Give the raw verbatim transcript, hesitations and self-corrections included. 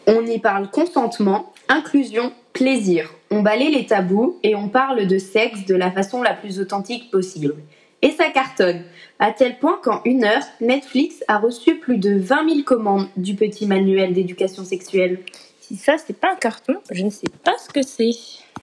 On y parle consentement, inclusion, plaisir. On balaie les tabous et on parle de sexe de la façon la plus authentique possible. Et ça cartonne, à tel point qu'en une heure, Netflix a reçu plus de vingt mille commandes du petit manuel d'éducation sexuelle. Si ça, c'est pas un carton, je ne sais pas ce que c'est.